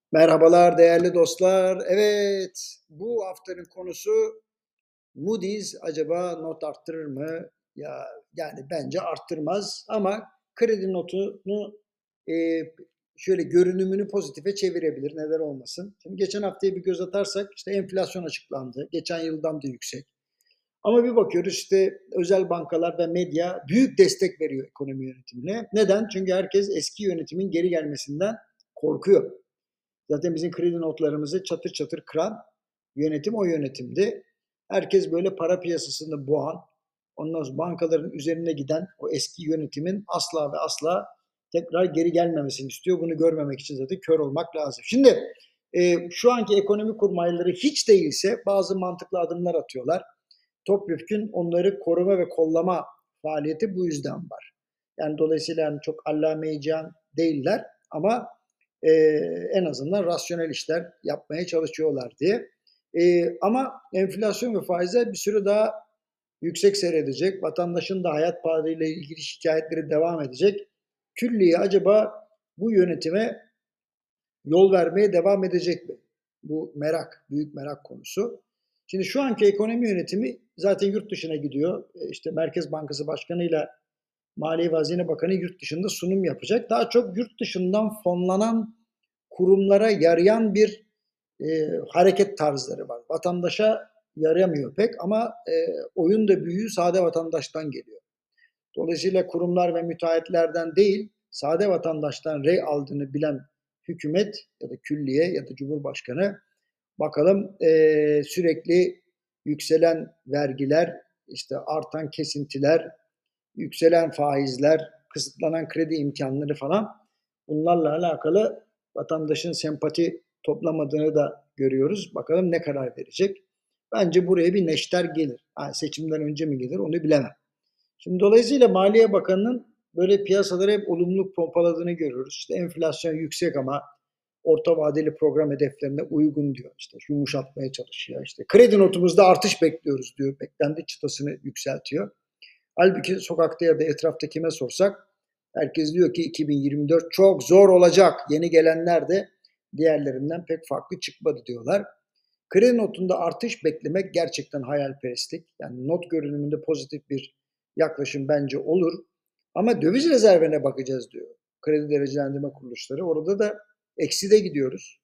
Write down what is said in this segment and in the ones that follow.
Merhabalar değerli dostlar. Evet, bu haftanın konusu Moody's acaba not arttırır mı? Yani bence arttırmaz ama kredi notunu şöyle görünümünü pozitife çevirebilir. Neden olmasın? Şimdi geçen haftaya bir göz atarsak işte enflasyon açıklandı. Geçen yıldan da yüksek. Ama bir bakıyoruz işte özel bankalar ve medya büyük destek veriyor ekonomi yönetimine. Neden? Çünkü herkes eski yönetimin geri gelmesinden korkuyor. Zaten bizim kredi notlarımızı çatır çatır kıran yönetim o yönetimdi. Herkes böyle para piyasasını boğan, ondan sonra bankaların üzerine giden o eski yönetimin asla ve asla tekrar geri gelmemesini istiyor. Bunu görmemek için zaten kör olmak lazım. Şimdi şu anki ekonomi kurmayları hiç değilse bazı mantıklı adımlar atıyorlar. Topyekün onları koruma ve kollama faaliyeti bu yüzden var. Yani dolayısıyla yani çok allame-i cihan değiller ama en azından rasyonel işler yapmaya çalışıyorlar diye. Ama enflasyon ve faizler bir süre daha yüksek seyredecek. Vatandaşın da hayat pahalılığıyla ilgili şikayetleri devam edecek. Külliye acaba bu yönetime yol vermeye devam edecek mi? Bu merak, büyük merak konusu. Şimdi şu anki ekonomi yönetimi zaten yurt dışına gidiyor. İşte Merkez Bankası Başkanı'yla Maliye ve Hazine Bakanı yurt dışında sunum yapacak. Daha çok yurt dışından fonlanan kurumlara yarayan bir hareket tarzları var. Vatandaşa yarayamıyor pek ama oyun da büyüğü sade vatandaştan geliyor. Dolayısıyla kurumlar ve müteahhitlerden değil, sade vatandaştan rey aldığını bilen hükümet ya da külliye ya da cumhurbaşkanı bakalım sürekli yükselen vergiler, işte artan kesintiler, yükselen faizler, kısıtlanan kredi imkanları falan bunlarla alakalı vatandaşın sempati toplamadığını da görüyoruz. Bakalım ne karar verecek. Bence buraya bir neşter gelir. Ha, seçimden önce mi gelir onu bilemem. Şimdi dolayısıyla Maliye Bakanı'nın böyle piyasaları hep olumlu pompaladığını görüyoruz. İşte enflasyon yüksek ama orta vadeli program hedeflerine uygun diyor. İşte yumuşatmaya çalışıyor. İşte kredi notumuzda artış bekliyoruz diyor. Beklenti çıtasını yükseltiyor. Halbuki sokakta ya da etrafta kime sorsak herkes diyor ki 2024 çok zor olacak. Yeni gelenler de diğerlerinden pek farklı çıkmadı diyorlar. Kredi notunda artış beklemek gerçekten hayalperestlik. Yani not görünümünde pozitif bir yaklaşım bence olur. Ama döviz rezervine bakacağız diyor. Kredi derecelendirme kuruluşları. Orada da ekside gidiyoruz.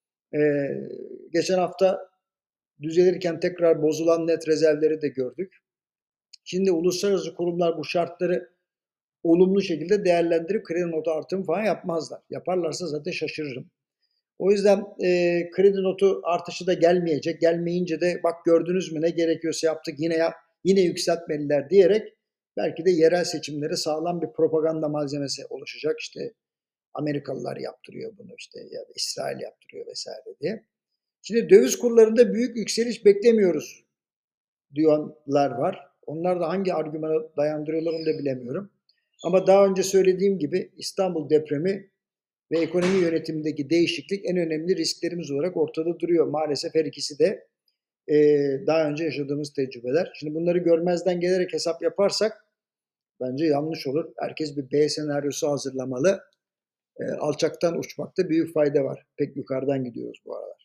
Geçen hafta düzelirken tekrar bozulan net rezervleri de gördük. Şimdi uluslararası kurumlar bu şartları olumlu şekilde değerlendirip kredi notu artımı falan yapmazlar. Yaparlarsa zaten şaşırırım. O yüzden kredi notu artışı da gelmeyecek. Gelmeyince de bak gördünüz mü ne gerekiyorsa yaptık yine yükseltmeliler diyerek belki de yerel seçimlere sağlam bir propaganda malzemesi oluşacak. İşte Amerikalılar yaptırıyor bunu işte ya da İsrail yaptırıyor vesaire diye. Şimdi döviz kurlarında büyük yükseliş beklemiyoruz diyorlar var. Onlar da hangi argümana dayandırıyorlar onu da bilemiyorum. Ama daha önce söylediğim gibi İstanbul depremi ve ekonomi yönetimindeki değişiklik en önemli risklerimiz olarak ortada duruyor. Maalesef her ikisi de daha önce yaşadığımız tecrübeler. Şimdi bunları görmezden gelerek hesap yaparsak bence yanlış olur. Herkes bir B senaryosu hazırlamalı. Alçaktan uçmakta büyük fayda var. Pek yukarıdan gidiyoruz bu aralar.